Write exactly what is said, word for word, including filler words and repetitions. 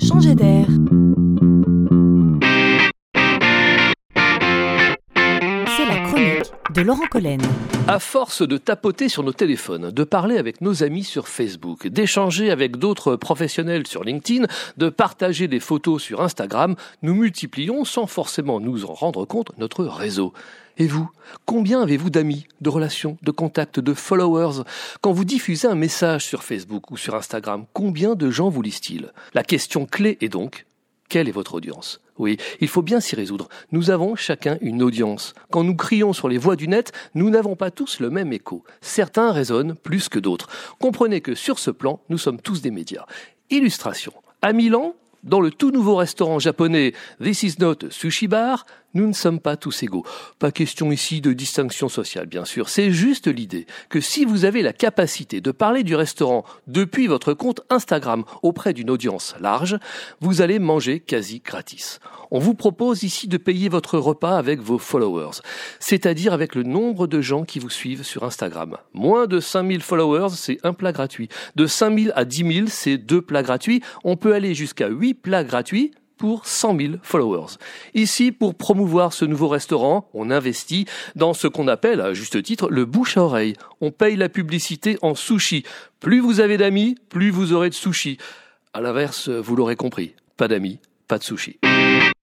changer d'air. C'est la chronique de Laurent Collen. À force de tapoter sur nos téléphones, de parler avec nos amis sur Facebook, d'échanger avec d'autres professionnels sur LinkedIn, de partager des photos sur Instagram, nous multiplions, sans forcément nous en rendre compte, notre réseau. Et vous, combien avez-vous d'amis, de relations, de contacts, de followers ? Quand vous diffusez un message sur Facebook ou sur Instagram, combien de gens vous lisent-ils ? La question clé est donc, quelle est votre audience ? Oui, il faut bien s'y résoudre. Nous avons chacun une audience. Quand nous crions sur les voies du net, nous n'avons pas tous le même écho. Certains résonnent plus que d'autres. Comprenez que sur ce plan, nous sommes tous des médias. Illustration. À Milan, dans le tout nouveau restaurant japonais This is not a sushi bar, nous ne sommes pas tous égaux. Pas question ici de distinction sociale, bien sûr. C'est juste l'idée que si vous avez la capacité de parler du restaurant depuis votre compte Instagram auprès d'une audience large, vous allez manger quasi gratis. On vous propose ici de payer votre repas avec vos followers, c'est-à-dire avec le nombre de gens qui vous suivent sur Instagram. Moins de cinq mille followers, c'est un plat gratuit. De cinq mille à dix mille, c'est deux plats gratuits. On peut aller jusqu'à huit plats gratuits pour cent mille followers. Ici, pour promouvoir ce nouveau restaurant, on investit dans ce qu'on appelle, à juste titre, le bouche à oreille. On paye la publicité en sushi. Plus vous avez d'amis, plus vous aurez de sushi. À l'inverse, vous l'aurez compris, pas d'amis, pas de sushi.